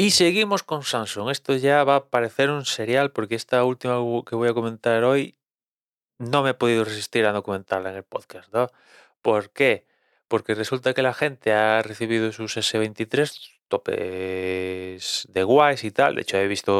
Y seguimos con Samsung. Esto ya va a parecer un serial porque esta última que voy a comentar hoy no me he podido resistir a no comentarla en el podcast, ¿no? ¿Por qué? Porque resulta que la gente ha recibido sus S23 topes de guays y tal. De hecho,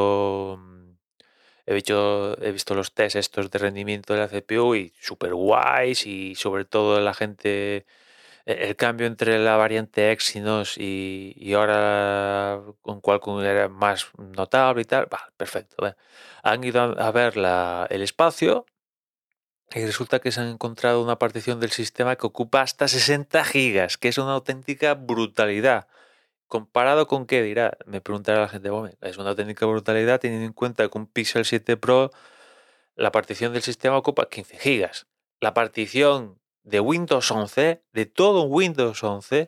he visto los test estos de rendimiento de la CPU y súper guays, y sobre todo la gente, el cambio entre la variante Exynos y ahora con Qualcomm era más notable y tal. Vale, perfecto. Han ido a ver el espacio y resulta que se han encontrado una partición del sistema que ocupa hasta 60 gigas, que es una auténtica brutalidad. ¿Comparado con qué? Dirá, me preguntará la gente. Bueno, es una auténtica brutalidad teniendo en cuenta que un Pixel 7 Pro, la partición del sistema ocupa 15 gigas. La partición de Windows 11, de todo Windows 11,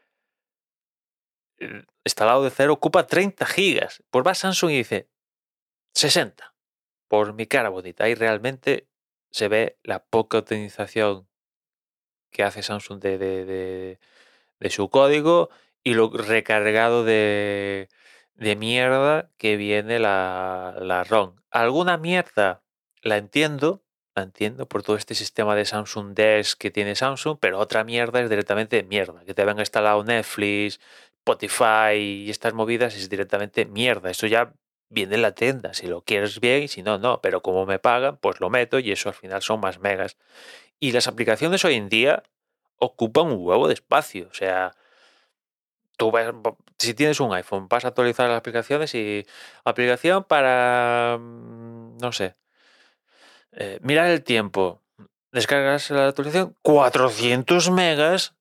instalado de cero, ocupa 30 gigas. Pues va Samsung y dice 60. Por mi cara bonita. Ahí realmente se ve la poca optimización que hace Samsung de su código y lo recargado de mierda que viene la ROM. Alguna mierda la entiendo por todo este sistema de Samsung Desk que tiene Samsung, pero otra mierda es directamente mierda. Que te venga instalado Netflix, Spotify y estas movidas es directamente mierda. Eso ya viene en la tienda. Si lo quieres bien y si no, no. Pero como me pagan, pues lo meto y eso al final son más megas. Y las aplicaciones hoy en día ocupan un huevo de espacio. O sea, tú si tienes un iPhone, vas a actualizar las aplicaciones y aplicación para, no sé, mirar el tiempo. Descargas la actualización, 400 megas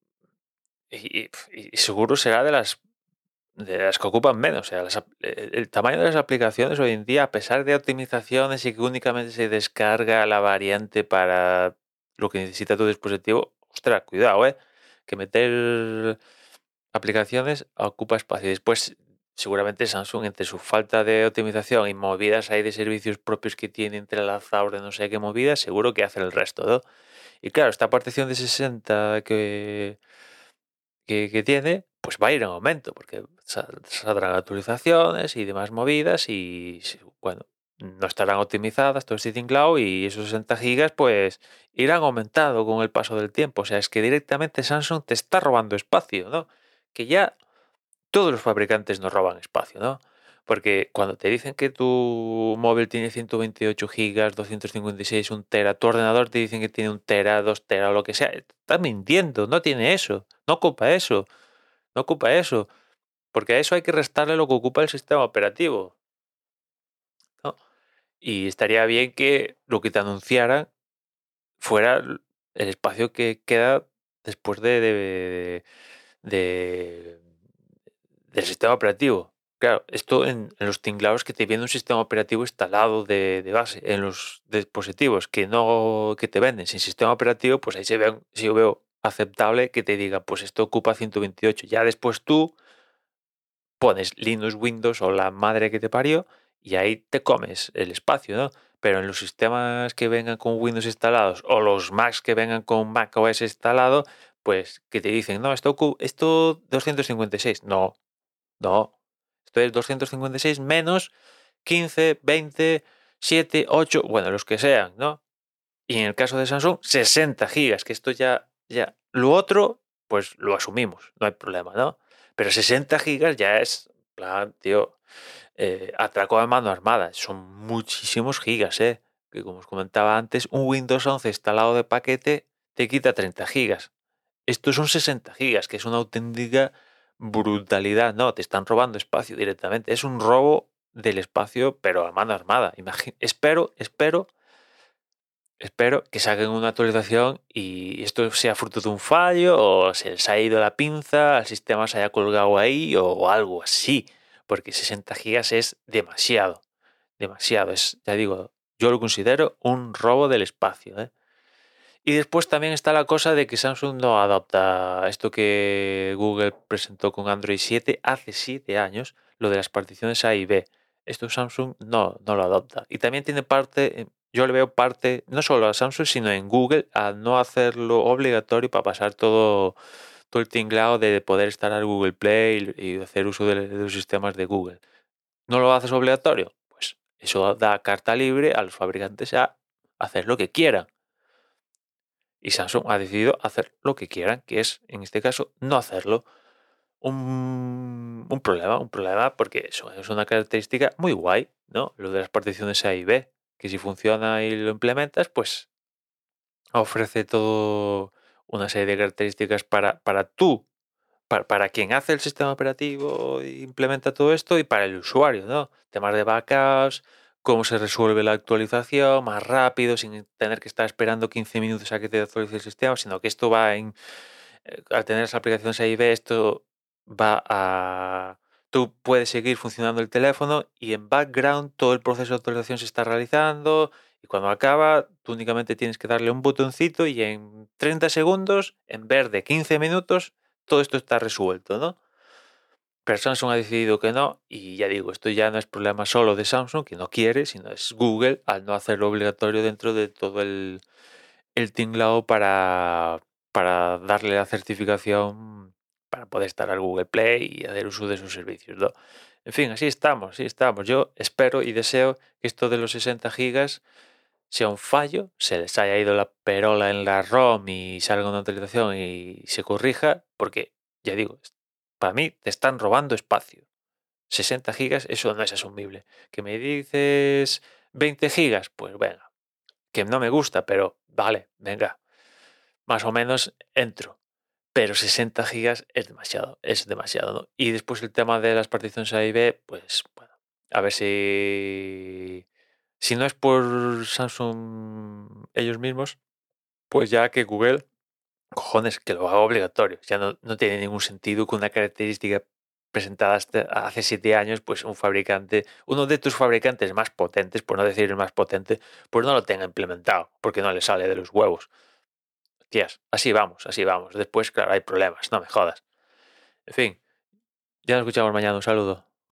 y seguro será de las que ocupan menos. O sea, el tamaño de las aplicaciones hoy en día, a pesar de optimizaciones y que únicamente se descarga la variante para lo que necesita tu dispositivo, ostras, cuidado, que meter aplicaciones ocupa espacio. Y después, seguramente Samsung, entre su falta de optimización y movidas ahí de servicios propios que tiene entrelazados de no sé qué movidas, seguro que hace el resto, ¿no? Y claro, esta partición de 60 que tiene, pues va a ir en aumento, porque saldrán actualizaciones y demás movidas y, bueno, no estarán optimizadas, todo este tinglao, y esos 60 gigas pues irán aumentando con el paso del tiempo. O sea, es que directamente Samsung te está robando espacio, ¿no? Que ya todos los fabricantes nos roban espacio, ¿no? Porque cuando te dicen que tu móvil tiene 128 gigas, 256, 1 tera, tu ordenador te dicen que tiene 1 tera, 2 tera o lo que sea, estás mintiendo, no tiene eso, no ocupa eso, no ocupa eso, porque a eso hay que restarle lo que ocupa el sistema operativo, ¿no? Y estaría bien que lo que te anunciaran fuera el espacio que queda después de- del sistema operativo. Claro, esto en los tinglados que te viene un sistema operativo instalado de base en los dispositivos que te venden sin sistema operativo, pues ahí si yo veo aceptable que te diga, pues esto ocupa 128. Ya después tú pones Linux, Windows o la madre que te parió y ahí te comes el espacio, ¿no? Pero en los sistemas que vengan con Windows instalados o los Macs que vengan con Mac OS instalado, pues que te dicen, no, esto 256. No, no. Esto es 256 menos 15, 20, 7, 8, bueno, los que sean, ¿no? Y en el caso de Samsung, 60 gigas, que esto ya. Lo otro, pues lo asumimos, no hay problema, ¿no? Pero 60 gigas ya es, plan, tío, atraco a mano armada. Son muchísimos gigas, ¿eh? Que como os comentaba antes, un Windows 11 instalado de paquete te quita 30 gigas. Estos son 60 gigas, que es una auténtica brutalidad. No, te están robando espacio directamente. Es un robo del espacio, pero a mano armada. Espero que saquen una actualización y esto sea fruto de un fallo o se les ha ido la pinza, el sistema se haya colgado ahí o algo así, porque 60 gigas es demasiado, demasiado. Ya digo, yo lo considero un robo del espacio, ¿eh? Y después también está la cosa de que Samsung no adopta esto que Google presentó con Android 7 hace 7 años, lo de las particiones A y B. Esto Samsung no lo adopta. Y también tiene parte, yo le veo parte, no solo a Samsung, sino en Google, a no hacerlo obligatorio para pasar todo el tinglado de poder instalar Google Play y hacer uso de los sistemas de Google. ¿No lo haces obligatorio? Pues eso da carta libre a los fabricantes a hacer lo que quieran. Y Samsung ha decidido hacer lo que quieran, que es, en este caso, no hacerlo. Un problema porque eso es una característica muy guay, ¿no? Lo de las particiones A y B, que si funciona y lo implementas, pues ofrece todo una serie de características para tú, para quien hace el sistema operativo e implementa todo esto y para el usuario, ¿no? Temas de backups, cómo se resuelve la actualización más rápido, sin tener que estar esperando 15 minutos a que te actualice el sistema, sino que esto va al tener las aplicaciones A y B, esto va a... Tú puedes seguir funcionando el teléfono y en background todo el proceso de actualización se está realizando y cuando acaba tú únicamente tienes que darle un botoncito y en 30 segundos, en vez de 15 minutos, todo esto está resuelto, ¿no? Pero Samsung ha decidido que no y ya digo, esto ya no es problema solo de Samsung, que no quiere, sino es Google al no hacerlo obligatorio dentro de todo el tinglado para darle la certificación para poder estar al Google Play y hacer uso de sus servicios, ¿no? En fin, así estamos, así estamos. Yo espero y deseo que esto de los 60 gigas sea un fallo, se les haya ido la perola en la ROM y salga una actualización y se corrija, porque ya digo, para mí te están robando espacio. 60 gigas, eso no es asumible. ¿Que me dices 20 gigas? Pues venga, que no me gusta, pero vale, venga, más o menos entro. Pero 60 gigas es demasiado, ¿no? Y después el tema de las particiones A y B, pues bueno, a ver si no es por Samsung ellos mismos, pues ya que Google, cojones, que lo haga obligatorio. Ya no tiene ningún sentido que una característica presentada hace 7 años, pues un fabricante, uno de tus fabricantes más potentes, por no decir el más potente, pues no lo tenga implementado, porque no le sale de los huevos. Tías, así vamos, así vamos. Después, claro, hay problemas, no me jodas. En fin, ya nos escuchamos mañana. Un saludo.